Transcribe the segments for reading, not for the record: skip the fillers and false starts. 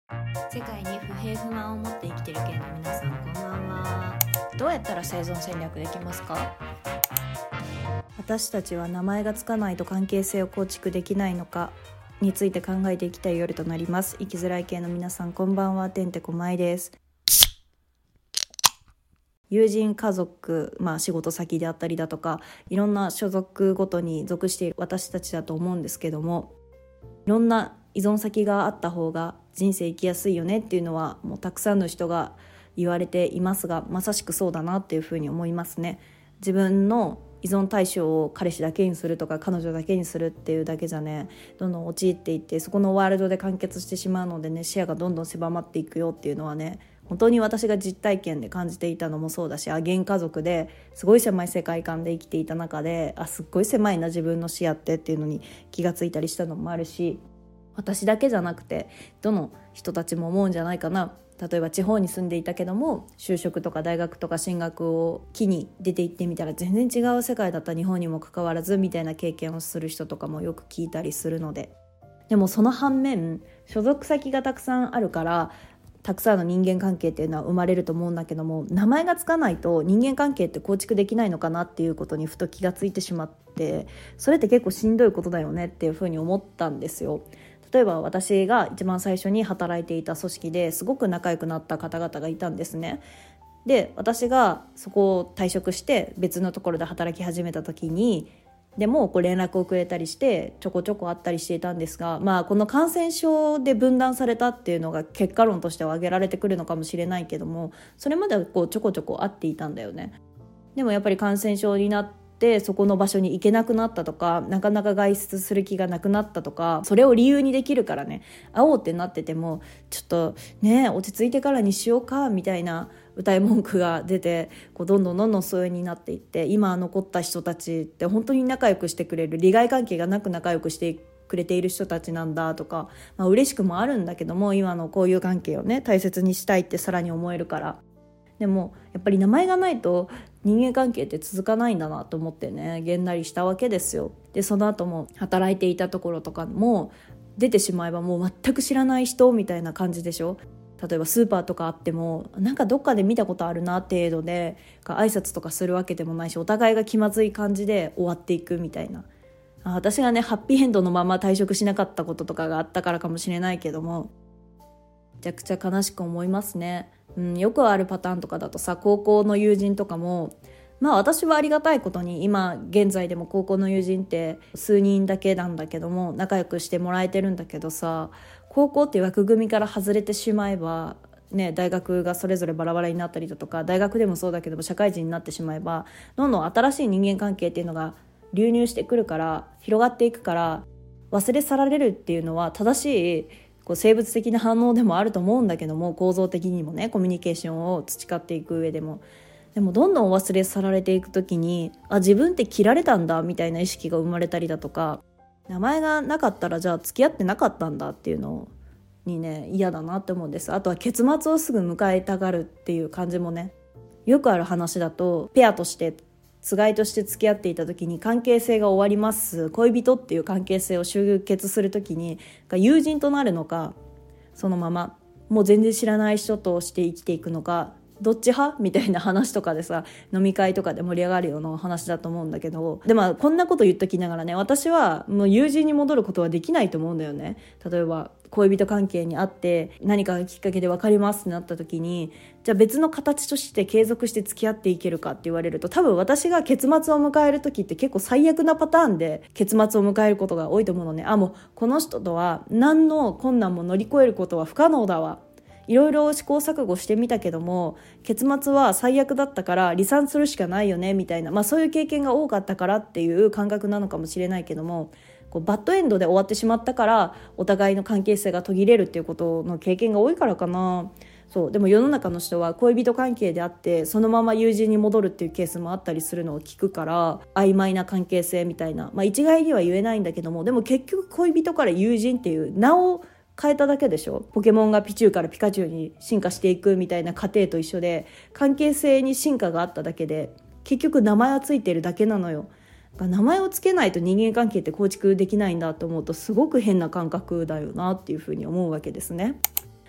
世界に不平不満を持って生きてる系の皆さん、こんばんは。 どうやったら生存戦略できますか？ 私たちは名前がつかないと関係性を構築できないのかについて考えていきたい夜となります。生きづらい系の皆さん、こんばんは。てんてこまいです。友人、家族、仕事先であったりだとか、いろんな所属ごとに属している私たちだと思うんですけども、いろんな依存先があった方が人生生きやすいよねっていうのはもうたくさんの人が言われていますが、まさしくそうだなっていうふうに思いますね。自分の依存対象を彼氏だけにするとか彼女だけにするっていうだけじゃね、どんどん陥っていってそこのワールドで完結してしまうのでね、視野がどんどん狭まっていくよっていうのはね、本当に私が実体験で感じていたのもそうだし、現家族ですごい狭い世界観で生きていた中で、すっごい狭いな自分の視野っていうのに気がついたりしたのもあるし、私だけじゃなくてどの人たちも思うんじゃないかな。例えば地方に住んでいたけども、就職とか大学とか進学を機に出て行ってみたら全然違う世界だった日本にもかかわらずみたいな経験をする人とかもよく聞いたりするので、でもその反面所属先がたくさんあるからたくさんの人間関係っていうのは生まれると思うんだけども、名前がつかないと人間関係って構築できないのかなっていうことにふと気がついてしまって、それって結構しんどいことだよねっていうふうに思ったんですよ。例えば私が一番最初に働いていた組織ですごく仲良くなった方々がいたんですね。で、私がそこを退職して別のところで働き始めた時にでも連絡をくれたりしてちょこちょこ会ったりしていたんですが、この感染症で分断されたっていうのが結果論としては挙げられてくるのかもしれないけども、それまではちょこちょこ会っていたんだよね。でもやっぱり感染症になってそこの場所に行けなくなったとか、なかなか外出する気がなくなったとか、それを理由にできるからね、会おうってなっててもちょっとね落ち着いてからにしようかみたいな歌い文句が出て、どんどん疎遠になっていって、今残った人たちって本当に仲良くしてくれる、利害関係がなく仲良くしてくれている人たちなんだとか、嬉しくもあるんだけども、今のこういう関係をね大切にしたいってさらに思えるから。でもやっぱり名前がないと人間関係って続かないんだなと思ってね、げんなりしたわけですよ。でその後も働いていたところとかも出てしまえばもう全く知らない人みたいな感じでしょ。例えばスーパーとかあってもなんかどっかで見たことあるな程度で挨拶とかするわけでもないし、お互いが気まずい感じで終わっていくみたいな。私がねハッピーエンドのまま退職しなかったこととかがあったからかもしれないけども、めちゃくちゃ悲しく思いますね。よくあるパターンとかだとさ、高校の友人とかも私はありがたいことに今現在でも高校の友人って数人だけなんだけども仲良くしてもらえてるんだけどさ、高校っていう枠組みから外れてしまえばね、大学がそれぞれバラバラになったりだとか、大学でもそうだけども社会人になってしまえばどんどん新しい人間関係っていうのが流入してくるから、広がっていくから、忘れ去られるっていうのは正しい生物的な反応でもあると思うんだけども、構造的にもねコミュニケーションを培っていく上でも。でもどんどん忘れ去られていくときに自分って切られたんだみたいな意識が生まれたりだとか、名前がなかったらじゃあ付き合ってなかったんだっていうのにね嫌だなって思うんです。あとは結末をすぐ迎えたがるっていう感じもね、よくある話だとペアとしてつがいとして付き合っていた時に関係性が終わります、恋人っていう関係性を終結する時に友人となるのか、そのままもう全然知らない人として生きていくのか、どっち派みたいな話とかでさ、飲み会とかで盛り上がるような話だと思うんだけど、でこんなこと言っときながらね、私はもう友人に戻ることはできないと思うんだよね。例えば恋人関係にあって何かがきっかけで別れますってなった時に、じゃあ別の形として継続して付き合っていけるかって言われると、多分私が結末を迎える時って結構最悪なパターンで結末を迎えることが多いと思うのね。もうこの人とは何の困難も乗り越えることは不可能だわ、いろいろ試行錯誤してみたけども結末は最悪だったから離散するしかないよねみたいな、そういう経験が多かったからっていう感覚なのかもしれないけども、バッドエンドで終わってしまったからお互いの関係性が途切れるっていうことの経験が多いからかな。そうでも世の中の人は恋人関係であってそのまま友人に戻るっていうケースもあったりするのを聞くから、曖昧な関係性みたいな、一概には言えないんだけども、でも結局恋人から友人っていう名を変えただけでしょ。ポケモンがピチュウからピカチュウに進化していくみたいな過程と一緒で、関係性に進化があっただけで結局名前はついてるだけなのよ。名前をつけないと人間関係って構築できないんだと思うとすごく変な感覚だよなっていうふうに思うわけですね。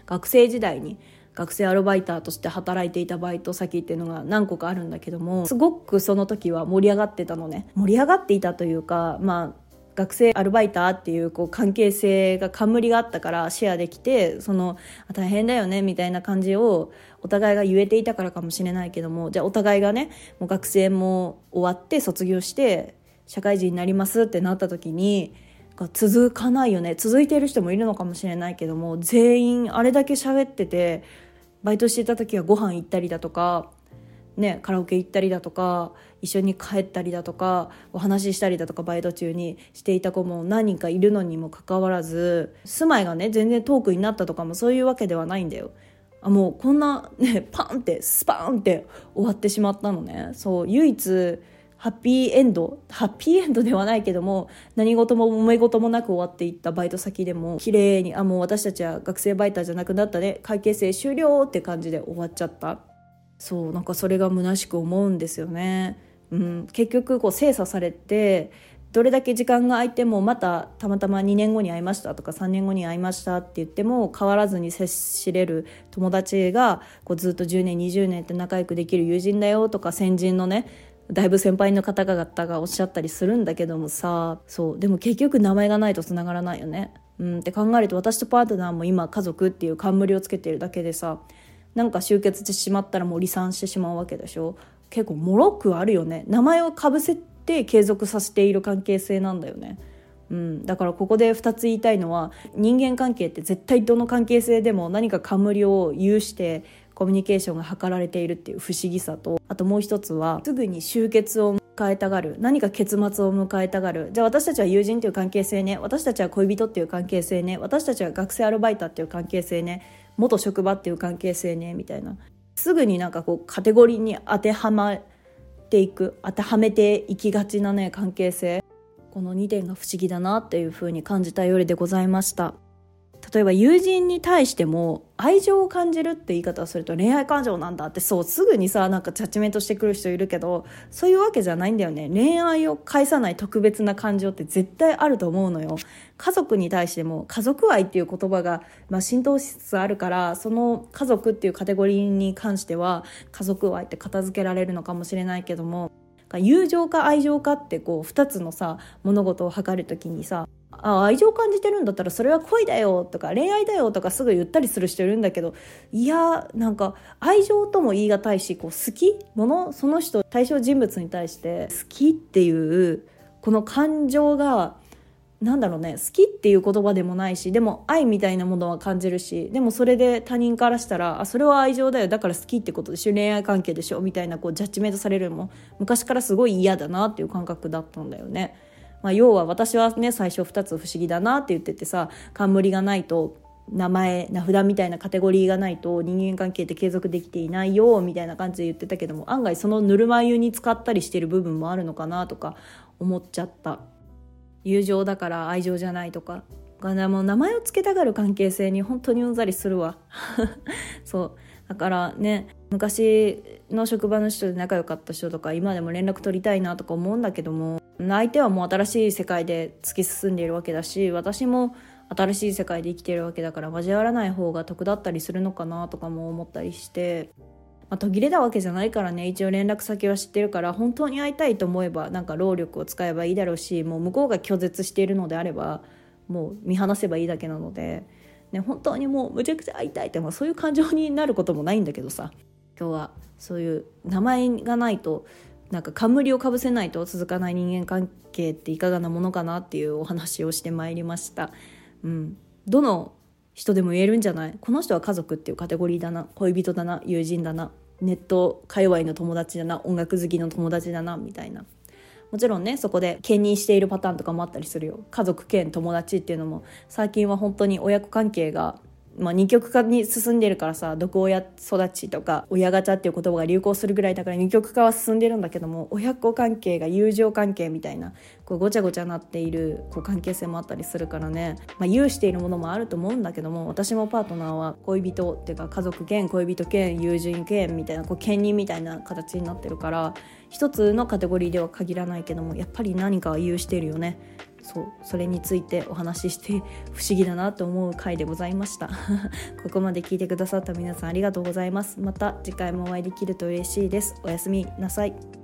学生時代に学生アルバイターとして働いていたバイト先っていうのが何個かあるんだけども、すごくその時は盛り上がってたのね。盛り上がっていたというか、学生アルバイターっていう関係性が冠があったからシェアできて、大変だよねみたいな感じをお互いが言えていたからかもしれないけども、じゃあお互いがね、もう学生も終わって卒業して社会人になりますってなった時に続かないよね。続いている人もいるのかもしれないけども、全員あれだけ喋ってて、バイトしていた時はご飯行ったりだとかね、カラオケ行ったりだとか一緒に帰ったりだとかお話ししたりだとかバイト中にしていた子も何人かいるのにもかかわらず、住まいがね全然遠くになったとかもそういうわけではないんだよ。もうこんなねパンってスパーンって終わってしまったのね。そう唯一ハッピーエンドではないけども、何事も揉め事もなく終わっていったバイト先でも綺麗にもう私たちは学生バイターじゃなくなったね、会計生終了って感じで終わっちゃった。そうなんかそれが虚しく思うんですよね。結局精査されてどれだけ時間が空いてもまたたまたま2年後に会いましたとか3年後に会いましたって言っても変わらずに接しれる友達がずっと10年20年って仲良くできる友人だよとか、先人のねだいぶ先輩の方々がおっしゃったりするんだけどもさ、そうでも結局名前がないとつながらないよね。って考えると私とパートナーも今家族っていう冠をつけているだけでさ、なんか集結してしまったらもう離散してしまうわけでしょ。結構もろくあるよね。名前をかぶせて継続させている関係性なんだよね。だからここで2つ言いたいのは、人間関係って絶対どの関係性でも何か冠を有してコミュニケーションが図られているっていう不思議さと、あともう一つはすぐに終結を迎えたがる、何か結末を迎えたがる。じゃあ私たちは友人っていう関係性ね、私たちは恋人っていう関係性ね、私たちは学生アルバイターっていう関係性ね、元職場っていう関係性ねみたいな、すぐになんかカテゴリーに当てはめていきがちなね関係性、この2点が不思議だなっていう風に感じたよりでございました。例えば友人に対しても愛情を感じるって言い方をすると恋愛感情なんだって、そうすぐにさなんかジャッジメントしてくる人いるけど、そういうわけじゃないんだよね。恋愛を介さない特別な感情って絶対あると思うのよ。家族に対しても家族愛っていう言葉が、浸透しつつあるから、その家族っていうカテゴリーに関しては家族愛って片付けられるのかもしれないけども、友情か愛情かって2つのさ物事を測るときにさ、愛情感じてるんだったらそれは恋だよとか恋愛だよとかすぐ言ったりする人いるんだけど、いやなんか愛情とも言い難いし、好きその人対象人物に対して好きっていうこの感情がなんだろうね、好きっていう言葉でもないし、でも愛みたいなものは感じるし、でもそれで他人からしたらそれは愛情だよだから好きってことでしょ、恋愛関係でしょみたいなジャッジメントされるのも昔からすごい嫌だなっていう感覚だったんだよね。要は私はね最初2つ不思議だなって言っててさ、冠がないと名札みたいなカテゴリーがないと人間関係って継続できていないよみたいな感じで言ってたけども、案外そのぬるま湯に使ったりしてる部分もあるのかなとか思っちゃった。友情だから愛情じゃないとか、もう名前を付けたがる関係性に本当にうんざりするわそうだからね、昔の職場の人で仲良かった人とか今でも連絡取りたいなとか思うんだけども、相手はもう新しい世界で突き進んでいるわけだし、私も新しい世界で生きているわけだから交わらない方が得だったりするのかなとかも思ったりして、途切れたわけじゃないからね、一応連絡先は知ってるから、本当に会いたいと思えばなんか労力を使えばいいだろうし、もう向こうが拒絶しているのであればもう見放せばいいだけなので、本当にもうむちゃくちゃ会いたいって、そういう感情になることもないんだけどさ、今日はそういう名前がないとなんか冠をかぶせないと続かない人間関係っていかがなものかなっていうお話をしてまいりました。どの人でも言えるんじゃない？この人は家族っていうカテゴリーだな、恋人だな、友人だな、ネット界隈の友達だな、音楽好きの友達だなみたいな。もちろんねそこで兼任しているパターンとかもあったりするよ。家族兼友達っていうのも最近は本当に親子関係が二極化に進んでるからさ、毒親育ちとか親ガチャっていう言葉が流行するぐらいだから二極化は進んでるんだけども、親子関係が友情関係みたいなごちゃごちゃなっている関係性もあったりするからね、有しているものもあると思うんだけども、私もパートナーは恋人っていうか家族兼恋人兼友人兼みたいな兼任みたいな形になってるから、一つのカテゴリーでは限らないけどもやっぱり何かは有しているよね。 それについてお話しして不思議だなと思う回でございましたここまで聞いてくださった皆さんありがとうございます。また次回もお会いできると嬉しいです。おやすみなさい。